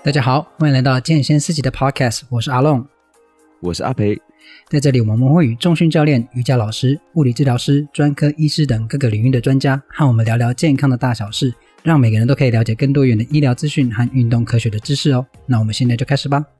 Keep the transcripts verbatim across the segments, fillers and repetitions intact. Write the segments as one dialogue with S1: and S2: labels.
S1: 大家好，欢迎来到健先思齐的 Podcast， 我是阿龙，
S2: 我是阿培。
S1: 在这里我们会与重训教练、瑜伽老师、物理治疗师、专科医师等各个领域的专家和我们聊聊健康的大小事，让每个人都可以了解更多元的医疗资讯和运动科学的知识哦。那我们现在就开始吧。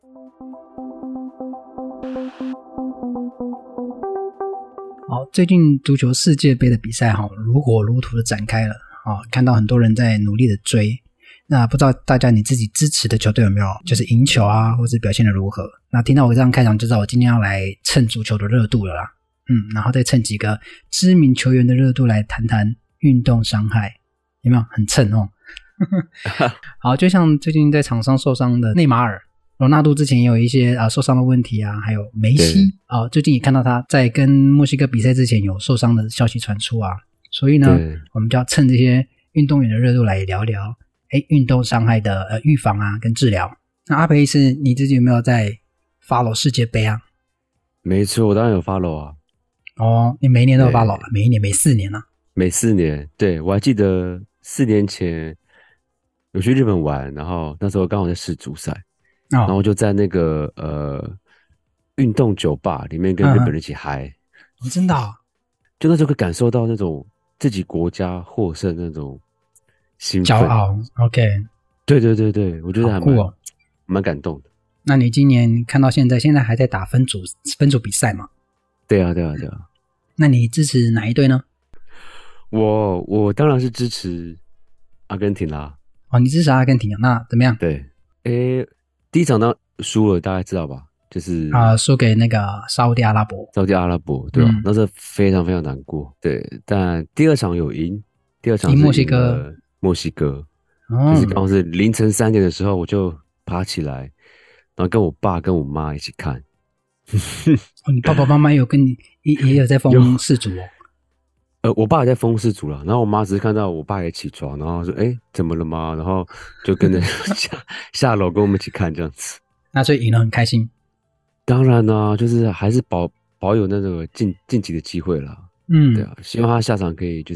S1: 好，最近足球世界杯的比赛如火如荼的展开了，看到很多人在努力的追。那不知道大家你自己支持的球队有没有就是赢球啊，或是表现的如何？那听到我这样开场就知道我今天要来蹭足球的热度了啦。嗯，然后再蹭几个知名球员的热度来谈谈运动伤害，有没有很蹭哦？好，就像最近在场上受伤的内马尔、罗纳度之前也有一些、呃、受伤的问题啊，还有梅西、呃、最近也看到他在跟墨西哥比赛之前有受伤的消息传出啊，所以呢，我们就要蹭这些运动员的热度来聊聊。诶，运动伤害的呃预防啊跟治疗。那阿培医师，你自己有没有在 follow 世界杯啊？
S2: 没错，我当然有 follow 啊。
S1: 哦，你每一年都有 follow 啊？每一年每四年啊？
S2: 每四年，对，我还记得四年前有去日本玩，然后那时候刚好在世足赛、哦，然后就在那个呃运动酒吧里面跟日本人一起嗨、嗯
S1: 哦。真的、哦？
S2: 就那时候可以感受到那种自己国家获胜那种兴奋
S1: 骄傲 ，OK，
S2: 对对对对，我觉得还蛮
S1: 酷哦，
S2: 蛮感动的。
S1: 那你今年看到现在，现在还在打分组分组比赛吗？
S2: 对啊对啊对啊。
S1: 那你支持哪一队呢？
S2: 我我当然是支持阿根廷啦。
S1: 哦，你支持阿根廷啊？那怎么样？
S2: 对，诶，第一场呢输了，大概知道吧？就是
S1: 啊，输、呃、给那个沙烏地阿拉伯。
S2: 沙烏地阿拉伯，对吧、啊嗯？那是非常非常难过。对，但第二场有赢，第二场是赢
S1: 墨西哥。
S2: 墨西哥、哦、就是刚好是凌晨三点的时候，我就爬起来，然后跟我爸跟我妈一起看。
S1: 哦、你爸爸妈妈有跟你也也有在封世足哦？
S2: 呃，我爸也在封世足了，然后我妈只是看到我爸也起床，然后说：“哎，怎么了吗？”然后就跟着下下楼跟我们一起看这样子。
S1: 那所以赢了很开心。
S2: 当然啦、啊，就是还是保保有那个晋晋级的机会啦。
S1: 嗯，
S2: 对啊，希望他下场可以就是。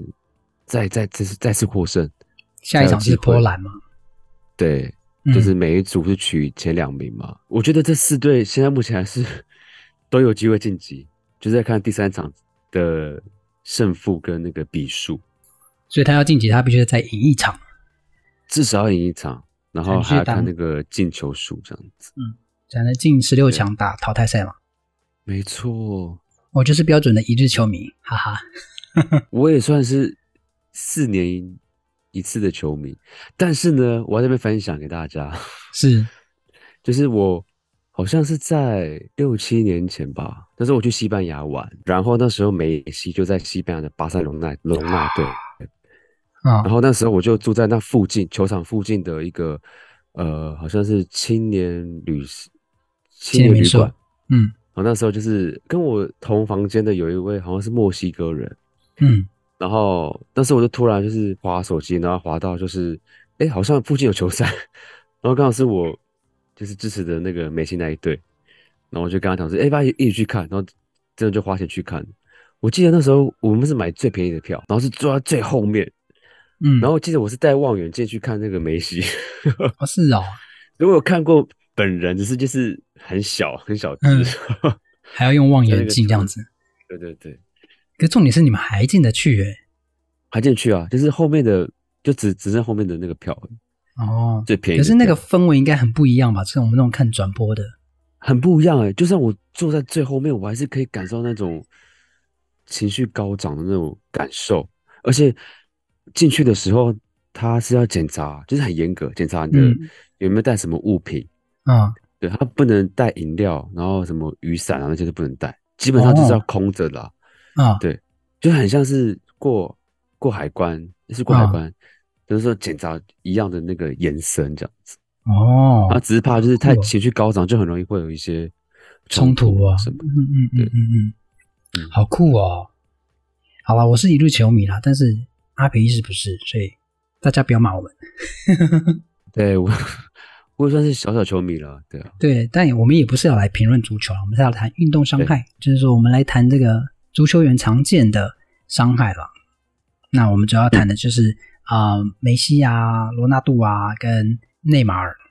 S2: 再再再次再次获胜，
S1: 下一场是波兰吗？
S2: 对、嗯，就是每一组是取前两名嘛。我觉得这四队现在目前还是都有机会晋级，就是在看第三场的胜负跟那个比数。
S1: 所以他要晋级，他必须再赢一场，
S2: 至少要赢一场，然后还要看那个进球数这样子。
S1: 嗯，才能进十六强打淘汰赛嘛。
S2: 没错，
S1: 我就是标准的一日球迷，哈哈。
S2: 我也算是。四年一次的球迷，但是呢，我在这边分享给大家，
S1: 是，
S2: 就是我好像是在六七年前吧，那时候我去西班牙玩，然后那时候梅西就在西班牙的巴塞隆纳隆纳队，啊，然后那时候我就住在那附近球场附近的一个呃，好像是青年旅青年旅馆，
S1: 嗯，
S2: 然后那时候就是跟我同房间的有一位好像是墨西哥人，
S1: 嗯。
S2: 然后当时我就突然就是滑手机，然后滑到就是哎，好像附近有球赛，然后刚好是我就是支持的那个梅西那一队，然后我就跟他讲说哎，要不要一起去看，然后真的就花钱去看。我记得那时候我们是买最便宜的票，然后是坐在最后面，嗯，然后我记得我是带望远镜去看那个梅西。
S1: 哦，是哦，
S2: 如果有看过本人，只是就是很小很小只、
S1: 嗯，还要用望远镜这样子。
S2: 对对对。
S1: 可是重点是你们还进得去耶，
S2: 还进去啊，就是后面的就只只剩后面的那个票
S1: 哦，
S2: 最便宜的票。
S1: 可是那个氛围应该很不一样吧？像我们那种看转播的，
S2: 很不一样哎、欸。就算我坐在最后面，我还是可以感受那种情绪高涨的那种感受。而且进去的时候，他是要检查，就是很严格检查你的有没有带什么物品。
S1: 嗯，嗯
S2: 对，他不能带饮料，然后什么雨伞啊那些都不能带，基本上就是要空着的、啊。
S1: 啊、哦，
S2: 对，就很像是过过海关，是过海关，哦、就是说检查一样的那个眼神这样子。
S1: 哦，
S2: 然后只是怕就是太情绪高涨，就很容易会有一些
S1: 冲突啊
S2: 什么。
S1: 嗯嗯嗯嗯嗯嗯，好酷哦！好啦，我是一日球迷啦，但是阿培医师不是，所以大家不要骂我们。
S2: 对我，我也算是小小球迷了，对啊。
S1: 对，但我们也不是要来评论足球，我们是要谈运动伤害，就是说我们来谈这个足球员常见的伤害了。那我们主要谈的就是啊、呃，梅西啊、罗纳度啊跟内马尔。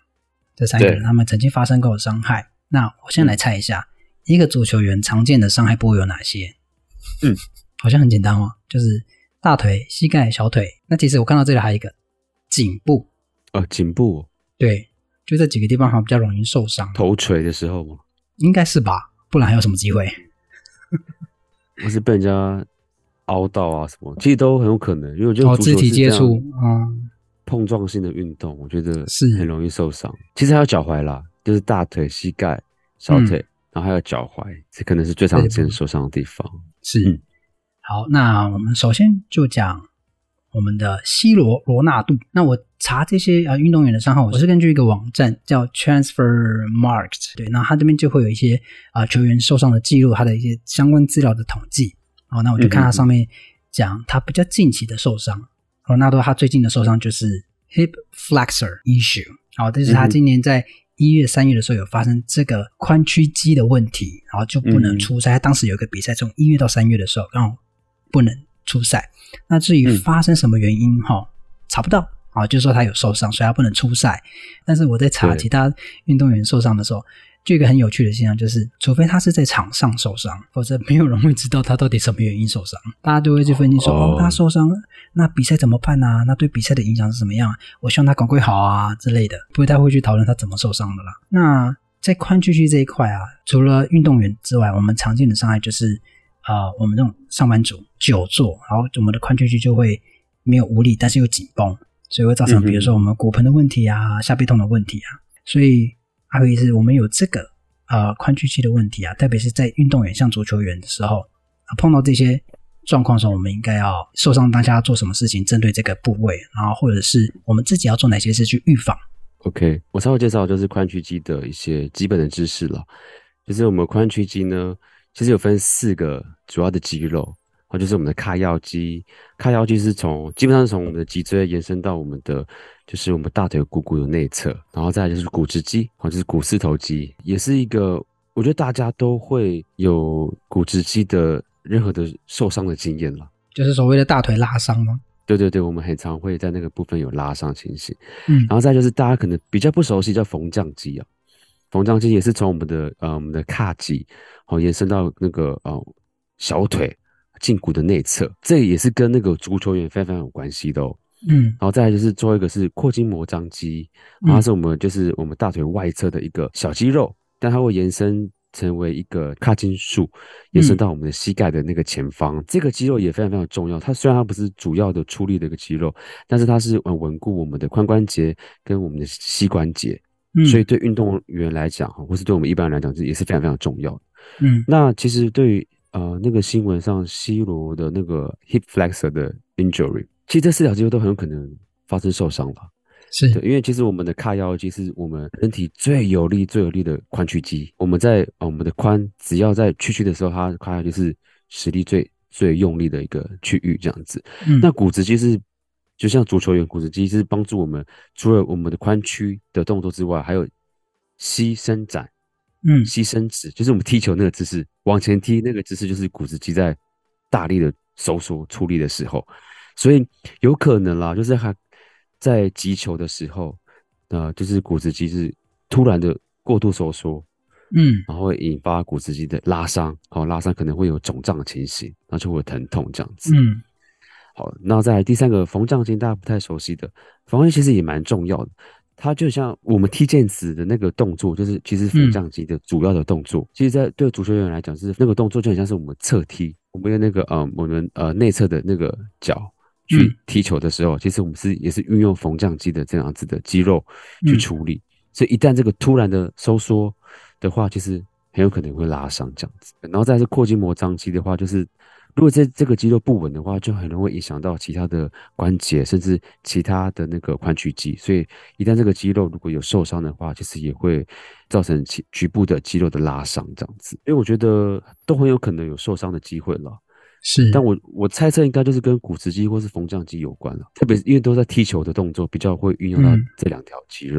S1: 这三个人他们曾经发生过的伤害。那我先来猜一下、嗯、一个足球员常见的伤害部位有哪些？
S2: 嗯，
S1: 好像很简单哦，就是大腿、膝盖、小腿。那其实我看到这里还有一个颈部。
S2: 哦，颈部。
S1: 对，就这几个地方好像比较容易受伤。
S2: 头锤的时候吗？
S1: 应该是吧，不然还有什么机会？
S2: 或是被人家凹到啊什么，其实都很有可能，因为我觉得足球是这样、哦、肢体接触，嗯，碰撞性的运动，我觉得是很容易受伤。其实还有脚踝啦，就是大腿、膝盖、小腿，嗯、然后还有脚踝，这可能是最常见受伤的地方。
S1: 是、嗯，好，那我们首先就讲我们的 C 罗罗纳度。那我查这些呃运动员的伤害，我是根据一个网站叫 Transfermarkt， 对，那他这边就会有一些啊、呃、球员受伤的记录，他的一些相关资料的统计。好，那我就看他上面讲他比较近期的受伤。罗纳多他最近的受伤就是 hip flexor issue。好，这是他今年在一月、三月的时候有发生这个髋屈肌的问题，然后就不能出赛。他当时有一个比赛，从一月到三月的时候，然后不能出赛。那至于发生什么原因哈、嗯，查不到啊，就是说他有受伤，所以他不能出赛。但是我在查其他运动员受伤的时候，就有一个很有趣的现象，就是除非他是在场上受伤，否则没有人会知道他到底什么原因受伤。大家就会去分析说，哦，哦他受伤了，那比赛怎么办啊？那对比赛的影响是怎么样？我希望他赶快好啊之类的，不会太会去讨论他怎么受伤的啦。那在髋屈肌这一块啊，除了运动员之外，我们常见的伤害就是呃，我们这种上班族久坐，然后我们的髋屈肌就会没有无力，但是又紧绷，所以会造成比如说我们骨盆的问题啊、下背痛的问题啊。所以还有一次我们有这个呃髋屈肌的问题啊，特别是在运动员像足球员的时候、啊、碰到这些状况的时候，我们应该要受伤当下要做什么事情针对这个部位，然后或者是我们自己要做哪些事去预防。
S2: OK， 我稍微介绍就是髋屈肌的一些基本的知识了。就是我们髋屈肌呢其实有分四个主要的肌肉，就是我们的髂腰肌。髂腰肌是从基本上是从我们的脊椎延伸到我们的就是我们大腿股骨的内侧，然后再来就是股直肌，就是股四头肌，也是一个我觉得大家都会有股直肌的任何的受伤的经验了，
S1: 就是所谓的大腿拉伤吗？
S2: 对对对，我们很常会在那个部分有拉伤情形。嗯，然后再就是大家可能比较不熟悉叫缝降肌啊，缝降肌也是从我们的呃我们的髂肌哦延伸到那个呃小腿胫骨的内侧，这也是跟那个足球员非常非常有关系的哦。嗯，然后再来就是最后一个是阔筋膜张肌，它是我们就是我们大腿外侧的一个小肌肉，但它会延伸成为一个髂筋束，延伸到我们的膝盖的那个前方、嗯、这个肌肉也非常非常重要。它虽然它不是主要的出力的一个肌肉，但是它是稳固我们的髋关节跟我们的膝关节、嗯、所以对运动员来讲或是对我们一般人来讲也是非常非常重要的。嗯，那其实对于呃那个新闻上 C 罗的那个 hip flexor 的 injury， 其实这四条肌肉都很有可能发生受伤了。是对，因为其实我们的髂腰肌是我们人体最有力最有力的髋屈肌，我们在、呃、我们的髋只要在屈曲的时候，它髂腰肌是实力最最用力的一个区域这样子、嗯、那股直肌是就像足球员，股直肌是帮助我们除了我们的髋屈的动作之外，还有膝伸展，嗯，膝伸直，就是我们踢球那个姿势，往前踢那个姿势，就是股直肌在大力的收缩出力的时候，所以有可能啦，就是他在击球的时候，呃，就是股直肌是突然的过度收缩，嗯，然后会引发股直肌的拉伤，好、哦，拉伤可能会有肿胀的情形，然后就会有疼痛这样子，嗯，好，那再来第三个缝降筋，大家不太熟悉的，缝降筋其实也蛮重要的。它就像我们踢毽子的那个动作，就是其实缝降肌的主要的动作。嗯、其实，在对足球员来讲，是那个动作就很像是我们侧踢，我们用那个呃我们呃内侧的那个脚去踢球的时候，嗯、其实我们是也是运用缝降肌的这样子的肌肉去处理。嗯、所以一旦这个突然的收缩的话，其实很有可能会拉伤这样子。然后再来是阔筋膜张肌的话，就是如果这这个肌肉不稳的话，就很容易影响到其他的关节，甚至其他的那个髋屈肌。所以一旦这个肌肉如果有受伤的话，其实也会造成其局部的肌肉的拉伤这样子。因为我觉得都很有可能有受伤的机会了。是，但我我猜测应该就是跟股直肌或是缝降肌有关了，特别是因为都在踢球的动作，比较会运用到这两条肌肉。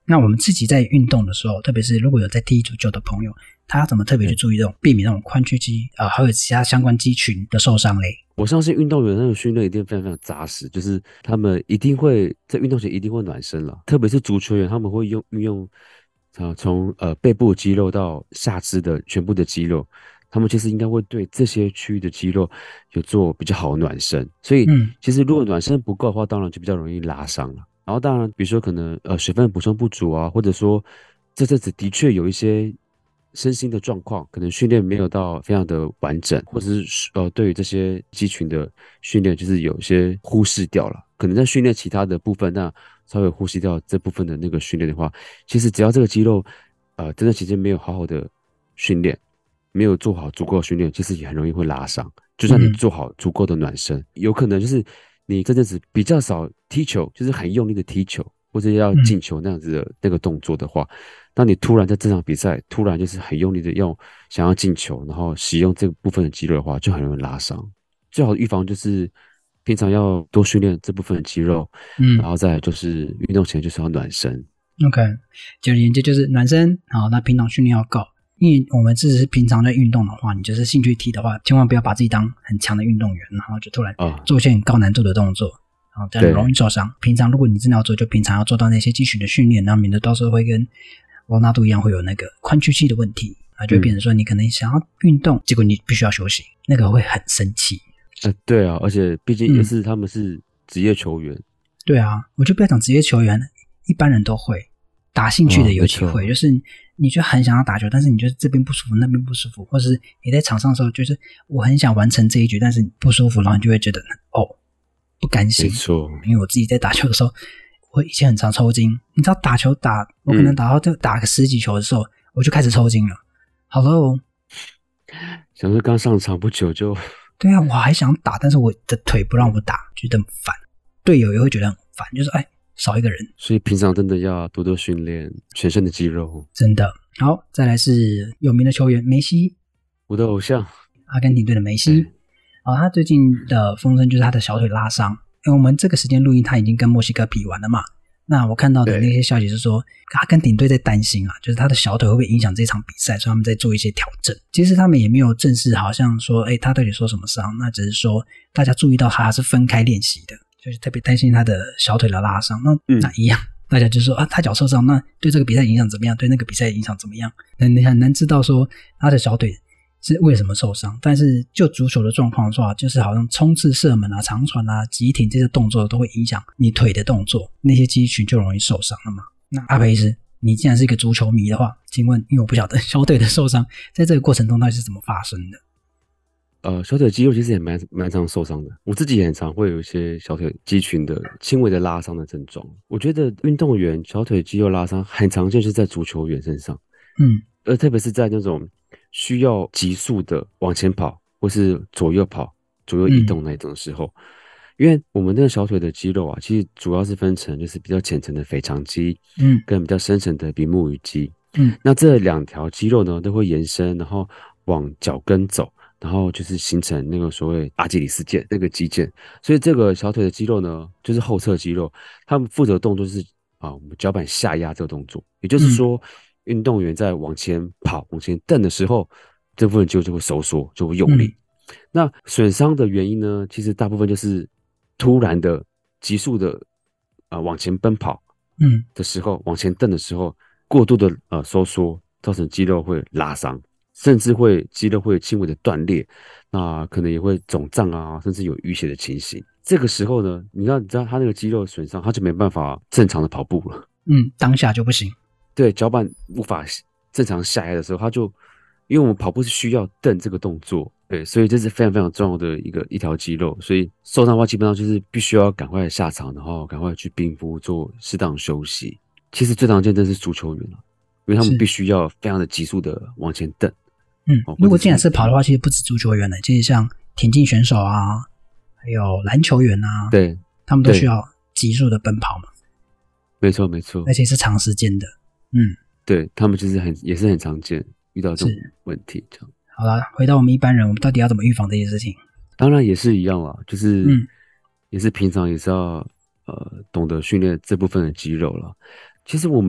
S1: 那我们自己在运动的时候，特别是如果有在踢足球的朋友，他要怎么特别去注意这种避免那种髋屈肌啊、呃，还有其他相关肌群的受伤嘞？
S2: 我相信运动员那种训练一定非常非常扎实，就是他们一定会在运动前一定会暖身了，特别是足球员，他们会用运用啊从呃背部肌肉到下肢的全部的肌肉，他们其实应该会对这些区域的肌肉有做比较好的暖身，所以其实如果暖身不够的话，当然就比较容易拉伤了。然后当然，比如说可能呃水分补充不足啊，或者说这阵子的确有一些身心的状况，可能训练没有到非常的完整，或者是呃对于这些肌群的训练就是有些忽视掉了，可能在训练其他的部分，那稍微忽视掉这部分的那个训练的话，其实只要这个肌肉呃这段期间没有好好的训练，没有做好足够的训练，其实也很容易会拉伤。就算你做好足够的暖身，嗯、有可能就是你这阵子比较少踢球，就是很用力的踢球，或者要进球那样子的、嗯、那个动作的话，当你突然在这场比赛突然就是很用力的用想要进球，然后使用这部分的肌肉的话，就很容易拉伤。最好的预防就是平常要多训练这部分的肌肉，嗯，然后再来就是运动前就是要暖身。
S1: OK， 就连接就是暖身，好，那平常训练要够。因为我们只是平常在运动的话，你就是兴趣踢的话，千万不要把自己当很强的运动员，然后就突然做一些很高难度的动作，然后这样容易受伤。平常如果你真的要做，就平常要做到那些基础的训练，然后免得到时候会跟罗纳度一样会有那个髋屈肌的问题，那就变成说你可能想要运动，嗯、结果你必须要休息，那个会很生气。
S2: 呃，对啊，而且毕竟也是、嗯、他们是职业球员。
S1: 对啊，我就不要讲职业球员，一般人都会。打兴趣的尤其会、哦、就是你就很想要打球，但是你就是这边不舒服那边不舒服，或是你在场上的时候就是我很想完成这一局，但是你不舒服，然后你就会觉得哦不甘心。
S2: 没错，
S1: 因为我自己在打球的时候，我以前很常抽筋，你知道打球打我可能打到就打个十几球的时候、嗯、我就开始抽筋了。Hello，
S2: 想说刚上场不久就
S1: 对啊，我还想打，但是我的腿不让我打，觉得很烦，队友也会觉得很烦，就是哎少一个人，
S2: 所以平常真的要多多训练全身的肌肉，
S1: 真的。好，再来是有名的球员梅西，
S2: 我的偶像，
S1: 阿根廷队的梅西。哦，他最近的风声就是他的小腿拉伤，因为我们这个时间录音他已经跟墨西哥比完了嘛。那我看到的那些消息是说，阿根廷队在担心啊，就是他的小腿会不会影响这场比赛，所以他们在做一些调整。其实他们也没有正式好像说，哎，他到底受什么伤？那只是说大家注意到他是分开练习的。就是特别担心他的小腿的拉伤，那、嗯、那一样，大家就说啊，他脚受伤，那对这个比赛影响怎么样？对那个比赛影响怎么样？那你很难知道说他的小腿是为什么受伤。但是就足球的状况的话，就是好像冲刺、射门啊、长传啊、急停这些动作都会影响你腿的动作，那些肌群就容易受伤了嘛。那阿培医师，你既然是一个足球迷的话，请问，因为我不晓得小腿的受伤在这个过程中到底是怎么发生的？
S2: 呃，小腿肌肉其实也蛮蛮常受伤的，我自己也很常会有一些小腿肌群的轻微的拉伤的症状。我觉得运动员小腿肌肉拉伤很常见，就是在足球员身上，嗯，而特别是在那种需要急速的往前跑或是左右跑、左右移动那种时候，嗯、因为我们那个小腿的肌肉啊，其实主要是分成就是比较浅层的腓肠肌，嗯，跟比较深层的比目鱼肌，嗯，那这两条肌肉呢都会延伸，然后往脚跟走。然后就是形成那个所谓阿基里斯腱那个肌腱，所以这个小腿的肌肉呢，就是后侧肌肉，他们负责的动作就是啊，我们脚板下压这个动作，也就是说，嗯、运动员在往前跑、往前蹬的时候，这部分肌肉就会收缩，就会用力。嗯、那损伤的原因呢，其实大部分就是突然的、急速的啊、呃、往前奔跑，嗯的时候，往前蹬的时候，过度的呃收缩，造成肌肉会拉伤。甚至会肌肉会轻微的断裂，那可能也会肿胀啊，甚至有淤血的情形。这个时候呢，你知道，你知道他那个肌肉损伤，他就没办法正常的跑步了。
S1: 嗯，当下就不行。
S2: 对，脚板无法正常下压的时候，他就因为我们跑步是需要蹬这个动作，对，所以这是非常非常重要的一个一条肌肉。所以受伤的话，基本上就是必须要赶快下场，然后赶快去冰敷做适当休息。其实最常见的是足球员了，因为他们必须要非常的急速的往前蹬。
S1: 嗯，如果既然是跑的话，其实不止足球员呢，其实像田径选手啊，还有篮球员啊，
S2: 对，
S1: 他们都需要急速的奔跑嘛。
S2: 没错，没错，
S1: 而且是长时间的。嗯，
S2: 对，他们就是很也是很常见遇到这种问题。这样，
S1: 好了，回到我们一般人，我们到底要怎么预防这些事情？
S2: 当然也是一样啦，就是嗯，也是平常也是要呃懂得训练这部分的肌肉了。其实我们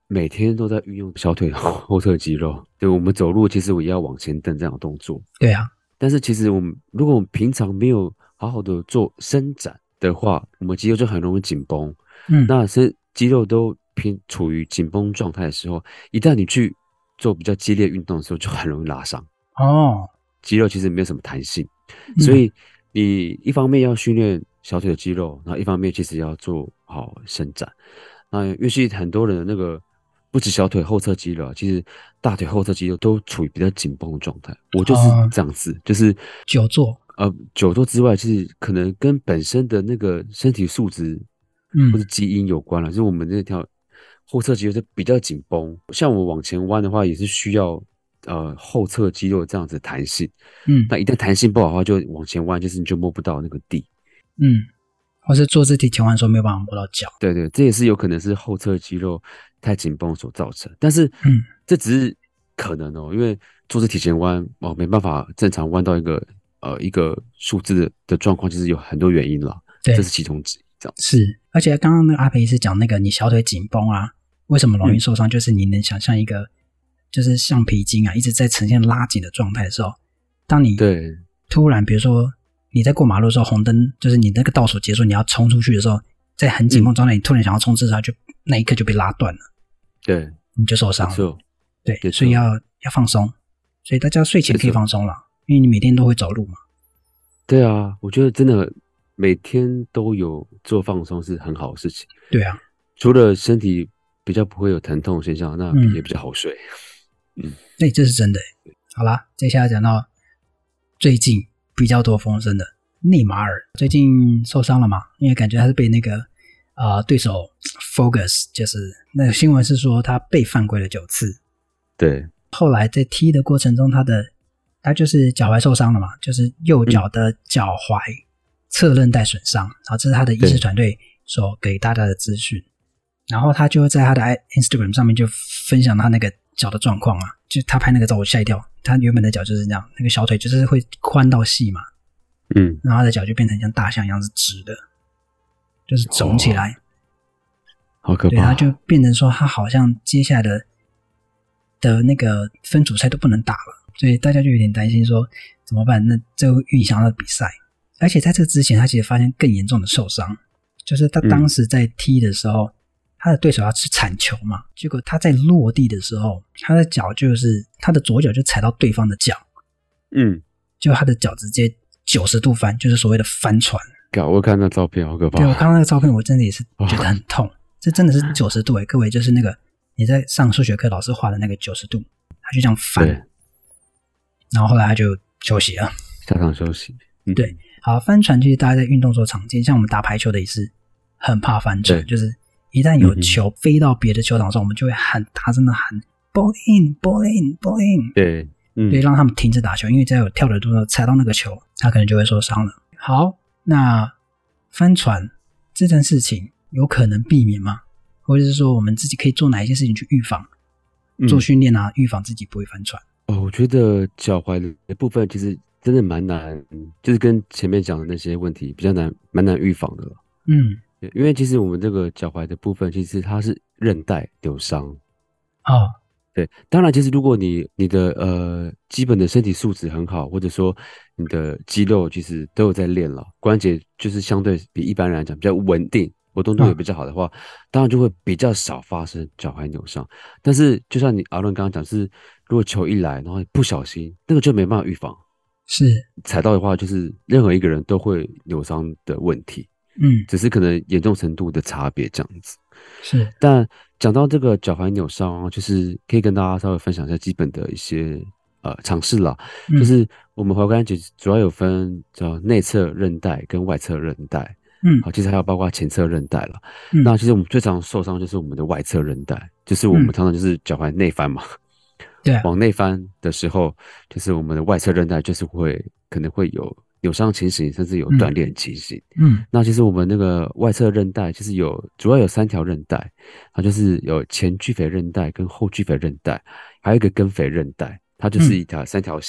S2: 每天都在运用小腿后侧肌肉，对，我们走路其实我也要往前蹬这样的动作。
S1: 对啊，
S2: 但是其实我们如果我们平常没有好好的做伸展的话，我们肌肉就很容易紧绷。
S1: 嗯，
S2: 那身肌肉都偏处于紧绷状态的时候，一旦你去做比较激烈运动的时候，就很容易拉伤。
S1: 哦，
S2: 肌肉其实没有什么弹性，
S1: 嗯
S2: 所以你一方面要训练小腿的肌肉，然后一方面其实要做好伸展。那因为其实很多人的那个不止小腿后侧肌肉啊，其实大腿后侧肌肉都处于比较紧绷的状态。我就是
S1: 哦
S2: 这样子，就是
S1: 久坐，
S2: 呃久坐之外，其实可能跟本身的那个身体素质
S1: 嗯
S2: 或者基因有关了。就是我们那条后侧肌肉就比较紧绷，像我往前弯的话，也是需要呃后侧肌肉这样子的弹性。
S1: 嗯
S2: 那一旦弹性不好的话，就往前弯，就是你就摸不到那个地。
S1: 嗯，或是坐姿体前弯的时候没有办法摸到脚。
S2: 对对，这也是有可能是后侧肌肉太紧绷所造成，但是
S1: 嗯，
S2: 这只是可能哦，因为坐姿体前弯哦没办法正常弯到一个呃一个数字的的状况，其实有很多原因啦，
S1: 对，
S2: 这是其中之一。这样
S1: 是，而且刚刚那个阿培医师讲那个你小腿紧绷啊，为什么容易受伤？嗯、就是你能想象一个就是橡皮筋啊一直在呈现拉紧的状态的时候，当你
S2: 对
S1: 突然比如说你在过马路的时候，红灯就是你那个倒数结束，你要冲出去的时候，在很紧绷状态，你突然想要冲刺它，就那一刻就被拉断了，
S2: 对，
S1: 你就受伤了。对，
S2: 对，
S1: 所以要要放松，所以大家睡前可以放松了，因为你每天都会走路嘛。
S2: 对啊，我觉得真的每天都有做放松是很好的事情。
S1: 对啊，
S2: 除了身体比较不会有疼痛的现象，那也比较好睡。
S1: 嗯，对，这是真的。好啦，接下来讲到最近比较多风声的内马尔，最近受伤了嘛？因为感觉他是被那个呃对手 Fergus， 就是那个新闻是说他被犯规了九次。
S2: 对，
S1: 后来在踢的过程中，他的他就是脚踝受伤了嘛，就是右脚的脚踝侧韧带损伤，然后这是他的医师团队所给大家的资讯。然后他就在他的 Instagram 上面就分享他那个脚的状况啊，就他拍那个照我吓一跳，他原本的脚就是这样，那个小腿就是会宽到细嘛，
S2: 嗯，
S1: 然后他的脚就变成像大象一样是直的，就是肿起来，
S2: 哦、好可怕。
S1: 对，他就变成说他好像接下来的的那个分组赛都不能打了，所以大家就有点担心说怎么办？那这会影响到比赛。而且在这之前，他其实发现更严重的受伤，就是他当时在踢的时候。嗯，他的对手要吃铲球嘛，结果他在落地的时候，他的脚就是他的左脚就踩到对方的脚，
S2: 嗯，
S1: 就他的脚直接九十度翻，就是所谓的翻船。
S2: 我看那照片好可怕。
S1: 对，我看到那个照片，我真的也是觉得很痛。这真的是九十度诶，各位，就是那个你在上数学课老师画的那个九十度，他就这样翻，然后后来他就休息了，
S2: 下场休息。
S1: 嗯、对，好，翻船其实大家在运动中常见，像我们打排球的也是很怕翻船，就是。一旦有球飞到别的球场上，嗯、我们就会很大声的喊 ball in ball in ball in，
S2: 对，嗯，
S1: 对，让他们停止打球，因为在有跳的路上踩到那个球，他可能就会受伤了。好，那翻船这件事情有可能避免吗？或者是说我们自己可以做哪一些事情去预防？嗯、做训练啊，预防自己不会翻船。
S2: 哦，我觉得脚踝的部分其实真的蛮难，就是跟前面讲的那些问题比较难，蛮难预防的了。
S1: 嗯。
S2: 因为其实我们这个脚踝的部分，其实它是韧带扭伤。
S1: 哦，
S2: 对，当然，其实如果你你的呃基本的身体素质很好，或者说你的肌肉其实都有在练了，关节就是相对比一般人来讲比较稳定，活动度也比较好的话，嗯、当然就会比较少发生脚踝扭伤。但是就像你阿伦刚刚讲，是如果球一来，然后不小心，那个就没办法预防，
S1: 是
S2: 踩到的话，就是任何一个人都会扭伤的问题。
S1: 嗯，
S2: 只是可能严重程度的差别这样子。
S1: 是，
S2: 但讲到这个脚踝扭伤，就是可以跟大家稍微分享一下基本的一些呃常识啦。嗯、就是我们踝关节主要有分叫内侧韧带跟外侧韧带，嗯，好，其实还有包括前侧韧带啦。嗯、那其实我们最常受伤就是我们的外侧韧带，就是我们常常就是脚踝内翻嘛，
S1: 对、嗯，
S2: 往内翻的时候，就是我们的外侧韧带就是会可能会有。扭伤情形，甚至有断裂情形。嗯，那其实我们那个外侧韧带，其实有主要有三条韧带，它就是有前巨腓韧带跟后巨腓韧带，还有一个跟腓韧带，它就是一条、嗯、三条线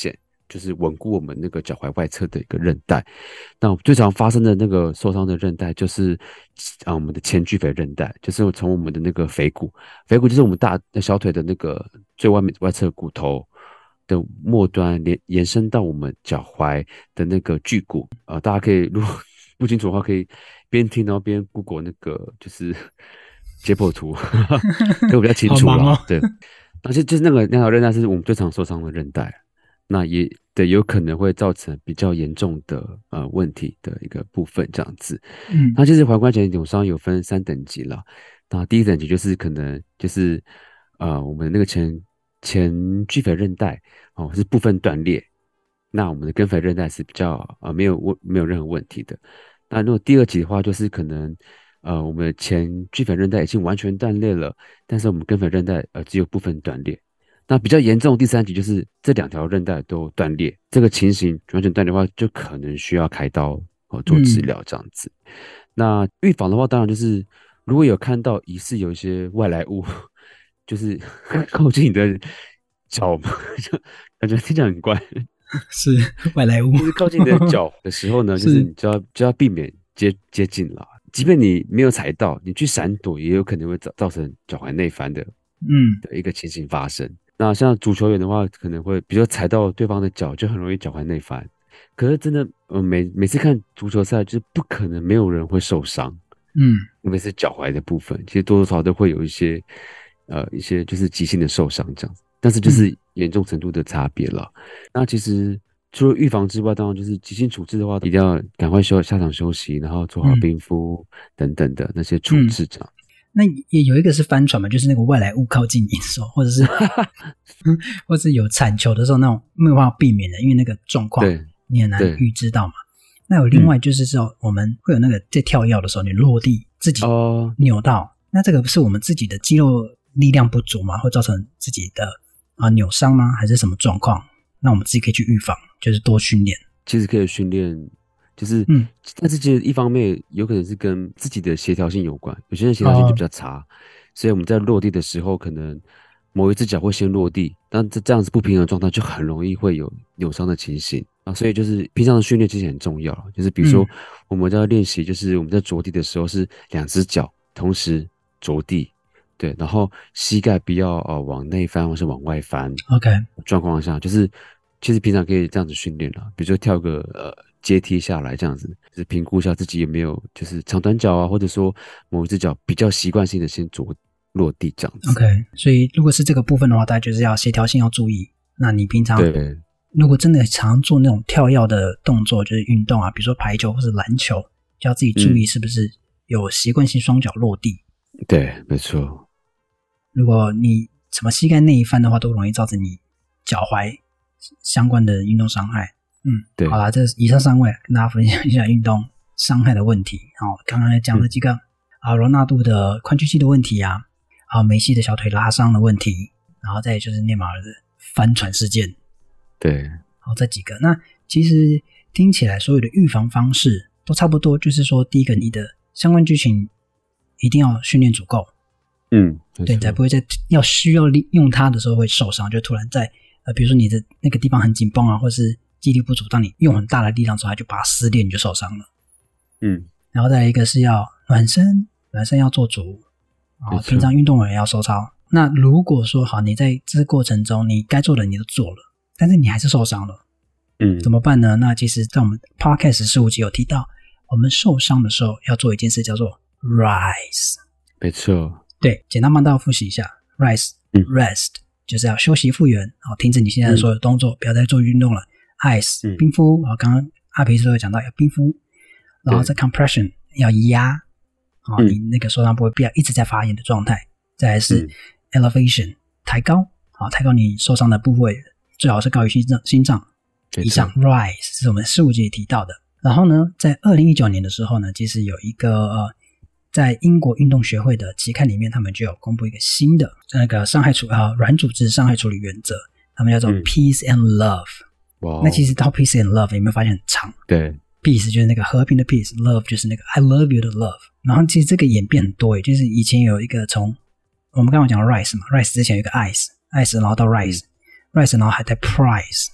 S2: 就是稳固我们那个脚踝外侧的一个韧带。那最常发生的那个受伤的韧带就是啊我们的前距腓韧带，就是从我们的那个腓骨，腓骨就是我们大小腿的那个最外面外侧骨头的末端连延伸到我们脚踝的那个距骨啊、呃，大家可以如果不清楚的话，可以边听然后边 Google 那个就是解剖图，可比较清楚了。
S1: 哦、
S2: 对，而且就是那个那条韧带是我们最常受伤的韧带，那也对有可能会造成比较严重的呃问题的一个部分这样子。
S1: 嗯，
S2: 那其实踝关节扭伤有分三等级啦，那第一等级就是可能就是呃我们那个前前距腓韧带哦是部分断裂。那我们的跟腓韧带是比较呃没有问没有任何问题的。那如果第二级的话，就是可能呃我们的前距腓韧带已经完全断裂了，但是我们跟腓韧带呃只有部分断裂。那比较严重的第三级就是这两条韧带都断裂，这个情形完全断裂的话，就可能需要开刀哦做治疗这样子。嗯、那预防的话，当然就是如果有看到疑似有一些外来物，就是靠近你的脚嘛，就感觉听起来很怪。
S1: 是外来物，
S2: 就是靠近你的脚的时候呢，就是你就要就要避免接接近了。即便你没有踩到，你去闪躲，也有可能会造造成脚踝内翻的，嗯的一个情形发生。那像足球员的话，可能会比如说踩到对方的脚，就很容易脚踝内翻。可是真的，呃，每每次看足球赛，就是不可能没有人会受伤，嗯，特别是脚踝的部分，其实多多少少都会有一些呃一些就是急性的受伤这样子。但是就是严重程度的差别了。嗯、那其实除了预防之外，当然就是急性处置的话，一定要赶快休下场休息，然后做好冰敷等等的那些处置这样。
S1: 嗯、那也有一个是翻船嘛，就是那个外来物靠近你的时候，或者是或者是有铲球的时候，那种没有办法避免的，因为那个状况你很难预知到嘛。那有另外就是说，我们会有那个在跳跃的时候，你落地自己扭到，哦、那这个是我们自己的肌肉力量不足嘛，会造成自己的啊、呃、扭伤吗？还是什么状况？那我们自己可以去预防，就是多训练。
S2: 其实可以训练，就是嗯，但是其实一方面有可能是跟自己的协调性有关，有些人协调性就比较差，哦、所以我们在落地的时候，可能某一只脚会先落地，但这这样子不平衡的状态就很容易会有扭伤的情形啊。所以就是平常的训练其实很重要，就是比如说我们在练习，就是我们在着地的时候是两只脚同时着地。对，然后膝盖不要呃往内翻或是往外翻
S1: ，OK，
S2: 状况下，就是其实平常可以这样子训练啦，比如说跳个呃阶梯下来这样子，就是评估一下自己有没有就是长短脚啊，或者说某一只脚比较习惯性的先着落地这样子。
S1: OK， 所以如果是这个部分的话，大家就是要协调性要注意。那你平常
S2: 对，
S1: 如果真的常做那种跳跃的动作，就是运动啊，比如说排球或是篮球，就要自己注意是不是有习惯性双脚落地。
S2: 嗯、对，没错。
S1: 如果你什么膝盖内翻的话，都容易造成你脚踝相关的运动伤害。嗯，对。好啦，这以上三位跟大家分享一下运动伤害的问题。好，刚刚讲了几个、嗯、啊，罗纳度的髋屈膝的问题啊，啊，梅西的小腿拉伤的问题，然后再就是内马尔的翻船事件。
S2: 对，
S1: 好，这几个。那其实听起来所有的预防方式都差不多，就是说，第一个，你的相关剧情一定要训练足够。
S2: 嗯，
S1: 对，你才不会在要需要利用它的时候会受伤，就突然在呃，比如说你的那个地方很紧绷啊，或是肌力不足，当你用很大的力量之后，它就把它撕裂，你就受伤了。
S2: 嗯，
S1: 然后再来一个是要暖身，暖身要做足啊，平常运动也要收操。那如果说好，你在这个过程中你该做的你都做了，但是你还是受伤了，嗯，怎么办呢？那其实在我们 Podcast 十五集有提到，我们受伤的时候要做一件事叫做 Rise，
S2: 没错。
S1: 对，简单帮大家复习一下 Rise、嗯、Rest 就是要休息复原，好，停止你现在的所有动作、嗯、不要再做运动了。 Ice、嗯、冰敷，好，刚刚阿皮是有讲到要冰敷，然后再 Compression 要压，好、嗯、你那个受伤部位不要一直在发炎的状态。再来是 Elevation、嗯、抬高，好，抬高你受伤的部位，最好是高于心脏心脏以上。 Rise 是我们十五集提到的。然后呢，在二零一九年的时候呢，其实有一个呃在英国运动学会的期刊里面，他们就有公布一个新的那个伤害处啊软组织伤害处理原则，他们叫做 Peace and Love、嗯、那其实到 Peace and Love 有没有发现很长？
S2: 对，
S1: Peace 就是那个和平的 Peace， Love 就是那个 I love you 的 Love。 然后其实这个演变很多耶，就是以前有一个从我们刚刚讲 Rise 嘛， Rise 之前有一个 Ice Ice 然后到 Rise、嗯、Rise 然后还带 Prize、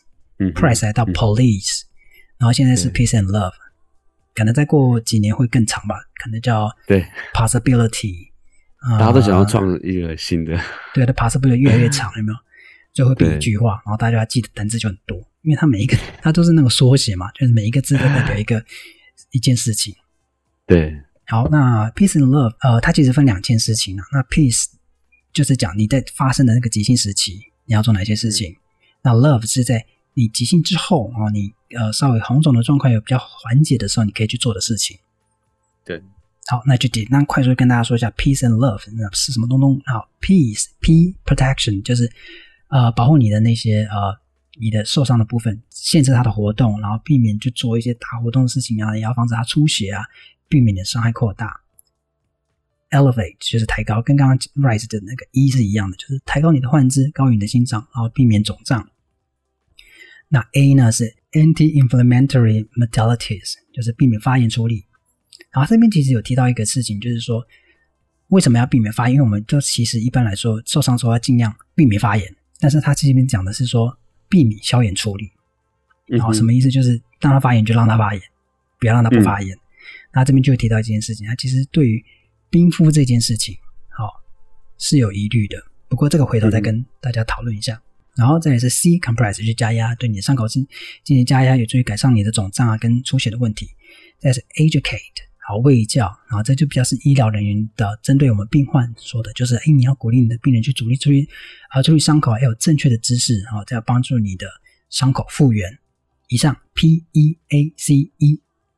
S1: Price 来到 Police，、嗯、然后现在是 Peace and Love， 可能再过几年会更长吧，可能叫
S2: 对
S1: Possibility，、呃、
S2: 大家都想要创一个新的，
S1: 对的 Possibility 越来越长，有没有？最后会变一句话，然后大家要记得单字就很多，因为它每一个它都是那个缩写嘛，就是每一个字都代表一个一件事情。
S2: 对，
S1: 好，那 Peace and Love， 呃，它其实分两件事情啊。那 Peace 就是讲你在发生的那个急性时期，你要做哪些事情。嗯、那 Love 是在你急性之后啊、哦，你呃稍微红肿的状况有比较缓解的时候，你可以去做的事情。
S2: 对，
S1: 好，那就简单快速跟大家说一下 Peace and Love 那是什么东东。好 ，Peace P Protection 就是呃保护你的那些呃你的受伤的部分，限制它的活动，然后避免去做一些大活动的事情啊，也要防止它出血啊，避免你的伤害扩大。Elevate 就是抬高，跟刚刚 Rise 的那个 E 是一样的，就是抬高你的患肢，高于你的心脏，然后避免肿胀。那 A 呢是 Anti-inflammatory modalities， 就是避免发炎处理。然后这边其实有提到一个事情，就是说为什么要避免发炎？因为我们就其实一般来说受伤之后要尽量避免发炎，但是他这边讲的是说避免消炎处理。然后什么意思？就是让它发炎就让它发炎，不要让它不发炎。嗯、那这边就会提到一件事情，它其实对于冰敷这件事情，好、哦、是有疑虑的。不过这个回头再跟大家讨论一下。嗯、然后再来是 C compress 就是加压，对你的伤口进行加压，有助于改善你的肿胀啊跟出血的问题。再来是 educate， 好卫教，然后这就比较是医疗人员的针对我们病患说的，就是哎你要鼓励你的病人去主力注意啊注意伤口，要有正确的知识，然后再要帮助你的伤口复原。以上 P E A C E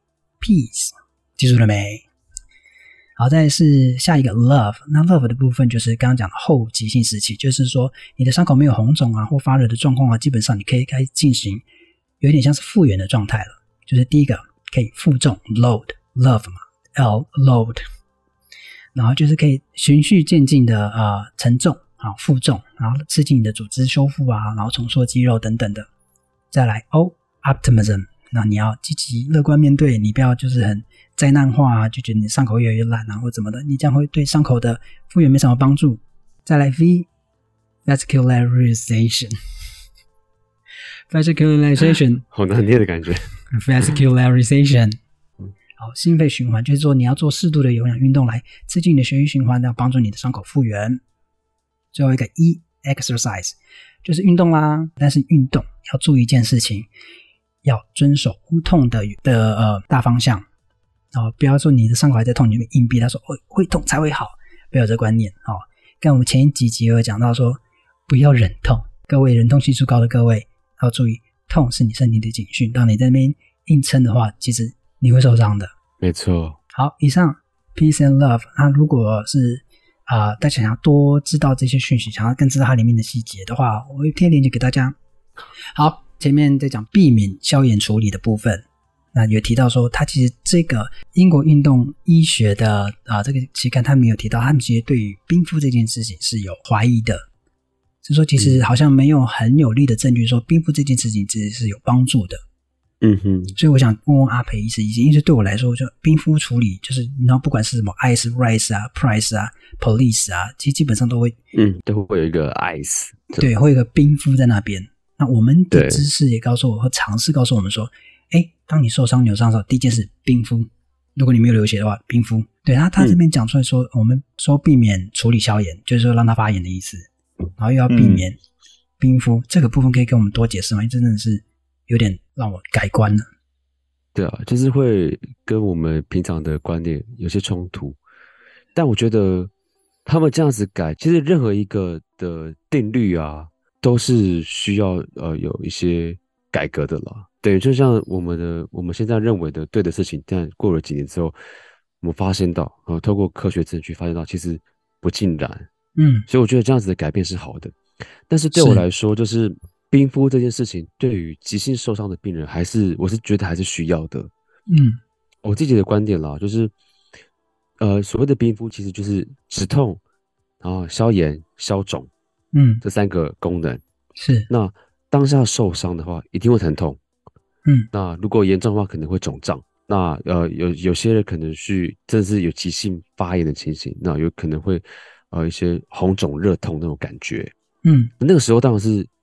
S1: Peace 记住了没？好，再来是下一个 Love， 那 Love 的部分就是刚刚讲的后急性时期，就是说你的伤口没有红肿啊或发热的状况啊，基本上你可以开始进行有点像是复原的状态了。就是第一个可以负重 Load Love 嘛 L Load， 然后就是可以循序渐进的呃承重啊负重，然后刺激你的组织修复啊，然后重塑肌肉等等的。再来 O Optimism， 那你要积极乐观面对，你不要就是很灾难化啊，就觉得你伤口越来越烂啊或怎么的，你这样会对伤口的复原没什么帮助。再来 V Vascularization Vascularization
S2: 好难念的感觉。
S1: Vascularization 好，心肺循环就是说你要做适度的有氧运动来刺激你的血液循环，要帮助你的伤口复原。最后一个 E Exercise 就是运动啦，但是运动要注意一件事情，要遵守无痛的的呃大方向，然后不要说你的伤口还在痛，你就硬逼他说、哦、会痛才会好，不要有这观念哦。跟我们前几集有讲到说不要忍痛，各位忍痛系数高的各位要注意，痛是你身体的警讯，当你在那边硬撑的话，其实你会受伤的。
S2: 没错。好，
S1: 以上 Peace and Love， 那如果是啊、呃，大家想要多知道这些讯息，想要更知道它里面的细节的话，我会贴链接给大家。好，前面在讲避免消炎处理的部分，那有提到说，它其实这个英国运动医学的啊、呃、这个期刊，他们有提到，他们其实对于冰敷这件事情是有怀疑的，就是说其实好像没有很有力的证据说冰敷这件事情其实是有帮助的。
S2: 嗯哼，
S1: 所以我想问问阿培医师，因为对我来说，就冰敷处理，就是你知道，不管是什么 ice rise 啊 price 啊 police 啊，其实基本上都会，
S2: 嗯，都会有一个 ice，
S1: 对，会有一个冰敷在那边。那我们的知识也告诉我，和尝试告诉我们说，哎，当你受伤扭伤的时候，第一件事冰敷，如果你没有流血的话，冰敷。对，他他这边讲出来说、嗯，我们说避免处理消炎，就是说让它发炎的意思，然后又要避免冰敷，嗯、这个部分可以跟我们多解释吗？因为真的是有点让我改观了。
S2: 对啊，就是会跟我们平常的观念有些冲突，但我觉得他们这样子改，其实任何一个的定律啊，都是需要呃有一些改革的啦。对，就像我们的我们现在认为的对的事情，但过了几年之后，我们发现到，呃，透过科学证据发现到，其实不尽然。嗯，所以我觉得这样子的改变是好的。但是对我来说，就是冰敷这件事情，对于急性受伤的病人，还是我是觉得还是需要的。嗯，我自己的观点啦，就是呃，所谓的冰敷其实就是止痛，然后消炎、消肿，嗯，这三个功能。是。那当下受伤的话，一定会疼痛。嗯，那如果严重的话，可能会肿胀。那呃，有有些人可能是真的是有急性发炎的情形，那有可能会呃一些红肿热痛那种感觉。嗯，那个时候当然是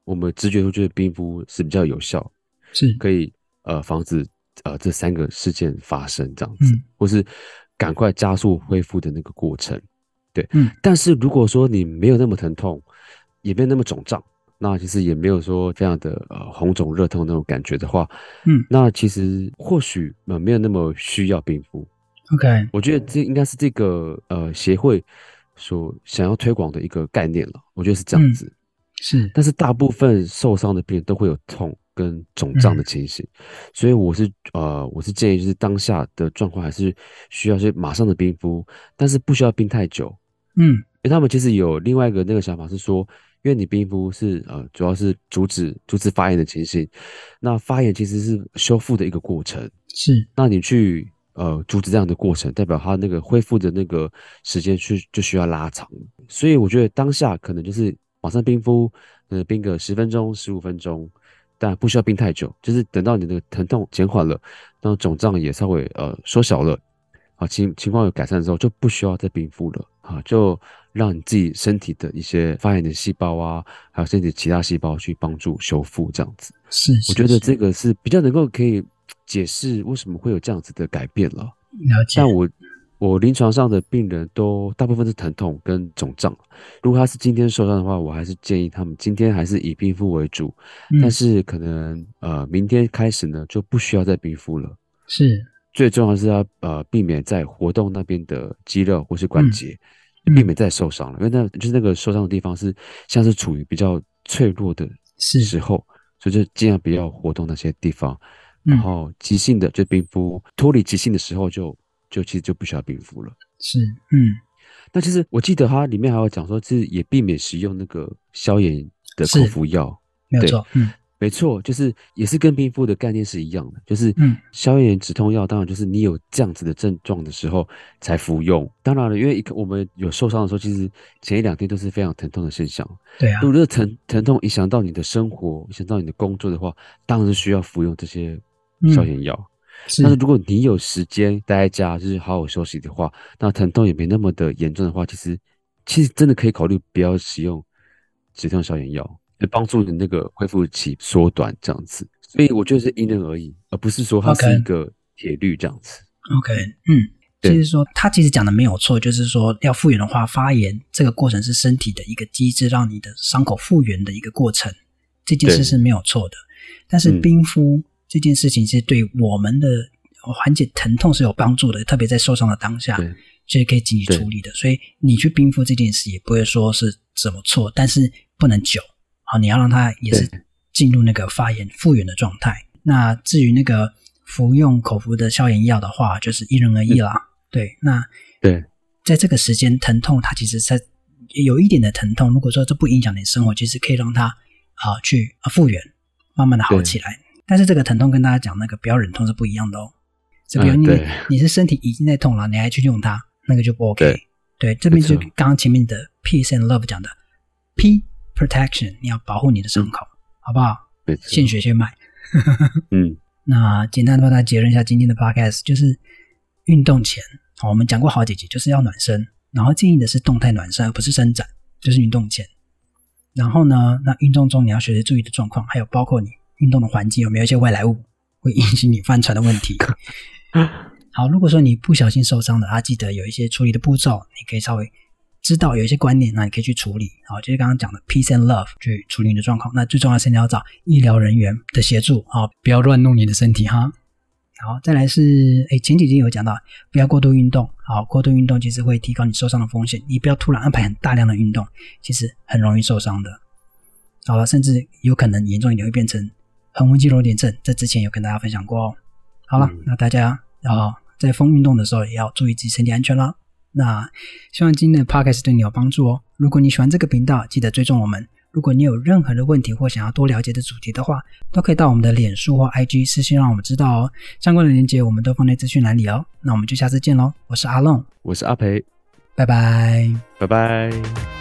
S2: 我们直觉会觉得冰敷是比较有效，
S1: 是
S2: 可以呃防止呃这三个事件发生这样子，嗯、或是赶快加速恢复的那个过程。对，嗯。但是如果说你没有那么疼痛，也没有那么肿胀，那其实也没有说非常的呃红肿热痛那种感觉的话，嗯，那其实或许呃没有那么需要冰敷。
S1: OK，
S2: 我觉得这应该是这个呃协会所想要推广的一个概念了，我觉得是这样子。嗯、
S1: 是，
S2: 但是大部分受伤的病人都会有痛跟肿胀的情形，嗯、所以我是呃我是建议就是当下的状况还是需要是马上的冰敷，但是不需要冰太久。嗯，因为他们其实有另外一个那个想法是说，因为你冰敷是呃主要是阻止阻止发炎的情形，那发炎其实是修复的一个过程，
S1: 是，
S2: 那你去呃阻止这样的过程，代表它那个恢复的那个时间去就需要拉长，所以我觉得当下可能就是马上冰敷，呃冰个十分钟十五分钟，但不需要冰太久，就是等到你的疼痛减缓了，然后肿胀也稍微呃缩小了。啊，情情况有改善之后，就不需要再冰敷了啊，就让你自己身体的一些发炎的细胞啊，还有身体其他细胞去帮助修复，这样子。
S1: 是，
S2: 我觉得这个是比较能够可以解释为什么会有这样子的改变了。
S1: 了解。
S2: 但我我临床上的病人都大部分是疼痛跟肿胀，如果他是今天受伤的话，我还是建议他们今天还是以冰敷为主，嗯、但是可能呃明天开始呢就不需要再冰敷了。
S1: 是。
S2: 最重要的是要呃避免在活动那边的肌肉或是关节，嗯、避免再受伤了，因为那就是那个受伤的地方是像是处于比较脆弱的时候，所以就尽量不要活动那些地方。嗯、然后急性的就冰敷，脱离急性的时候就就其实就不需要冰敷了。
S1: 是，嗯。
S2: 那其实我记得它里面还有讲说，是也避免使用那个消炎的口服药，
S1: 没有错，嗯。
S2: 没错，就是也是跟冰敷的概念是一样的，就是消炎止痛药，当然就是你有这样子的症状的时候才服用。当然了，因为我们有受伤的时候，其实前一两天都是非常疼痛的现象。
S1: 对啊，
S2: 如果这疼疼痛影响到你的生活，影响到你的工作的话，当然是需要服用这些消炎药。嗯、是但是如果你有时间待在家，就是好好休息的话，那疼痛也没那么的严重的话，其实其实真的可以考虑不要使用止痛消炎药。帮助你那个恢复期缩短这样子，所以我觉得是因人而异，而不是说它是一个铁律这样子。
S1: OK， 嗯，就是说他其实讲的没有错，就是说要复原的话，发炎这个过程是身体的一个机制，让你的伤口复原的一个过程，这件事是没有错的。但是冰敷这件事情是对我们的缓解疼痛是有帮助的，特别在受伤的当下，就是可以紧急处理的。所以你去冰敷这件事也不会说是怎么错，但是不能久。好，你要让它也是进入那个发炎复原的状态。那至于那个服用口服的消炎药的话，就是因人而异啦。嗯、对，那
S2: 对，
S1: 在这个时间疼痛，它其实在有一点的疼痛，如果说这不影响你生活，其实可以让它啊、呃、去啊复原，慢慢的好起来。但是这个疼痛跟大家讲那个不要忍痛是不一样的哦。这比如你、嗯、你是身体已经在痛了，你还去用它，那个就不 OK。对，对这边就刚刚前面的 Peace and Love 讲的 P。Protection， 你要保护你的伤口，嗯、好不好？现学现卖。
S2: 嗯，
S1: 那简单的帮大家结论一下今天的 podcast， 就是运动前，好，我们讲过好几集，就是要暖身，然后建议的是动态暖身，而不是伸展，就是运动前。然后呢，那运动中你要随时注意的状况，还有包括你运动的环境有没有一些外来物会引起你翻船的问题。好，如果说你不小心受伤了啊，记得有一些处理的步骤，你可以稍微知道有一些观念，那你可以去处理。好，就是刚刚讲的 peace and love 去处理你的状况。那最重要的是你要找医疗人员的协助，好，不要乱弄你的身体哈。好，再来是诶前几集有讲到不要过度运动。好，过度运动其实会提高你受伤的风险，你不要突然安排很大量的运动，其实很容易受伤的。好了，甚至有可能严重一点会变成横纹肌肉点症，这之前有跟大家分享过哦。好了，嗯、那大家要在风运动的时候也要注意自己身体安全啦。那希望今天的 podcast 对你有帮助哦。如果你喜欢这个频道，记得追踪我们。如果你有任何的问题或想要多了解的主题的话，都可以到我们的脸书或 I G 私信让我们知道哦。相关的连结我们都放在资讯栏里哦。那我们就下次见咯。我是阿龙，
S2: 我是阿培，
S1: 拜拜，
S2: 拜拜。